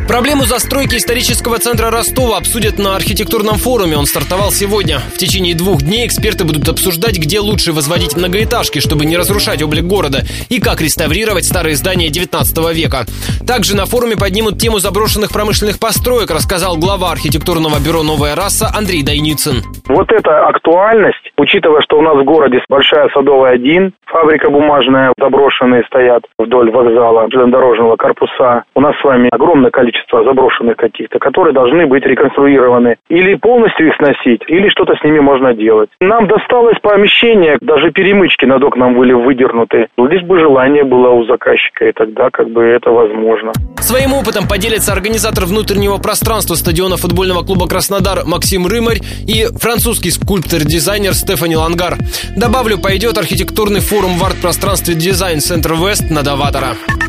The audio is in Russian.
Проблему застройки исторического центра Ростова обсудят на архитектурном форуме. Он стартовал сегодня. В течение 2 дней эксперты будут обсуждать, где лучше возводить многоэтажки, чтобы не разрушать облик города, и как реставрировать старые здания 19 века. Также на форуме поднимут тему заброшенных промышленных построек, рассказал глава архитектурного бюро «Новая раса» Андрей Дайницын. Вот эта актуальность, учитывая, что у нас в городе Большая Садовая 1, фабрика бумажная, заброшенные стоят вдоль вокзала, железнодорожного корпуса. У нас с вами огромное количество заброшенных каких-то, которые должны быть реконструированы. Или полностью их сносить, или что-то с ними можно делать. Нам досталось помещение, даже перемычки над окном были выдернуты. Лишь бы желание было у заказчика, и тогда это возможно. Своим опытом поделится организатор внутреннего пространства стадиона футбольного клуба «Краснодар» Максим Рымарь и французский скульптор-дизайнер Стефани Лангар. Добавлю, пойдет архитектурный форум в арт-пространстве «Дизайн Центр Вест» на Доватора.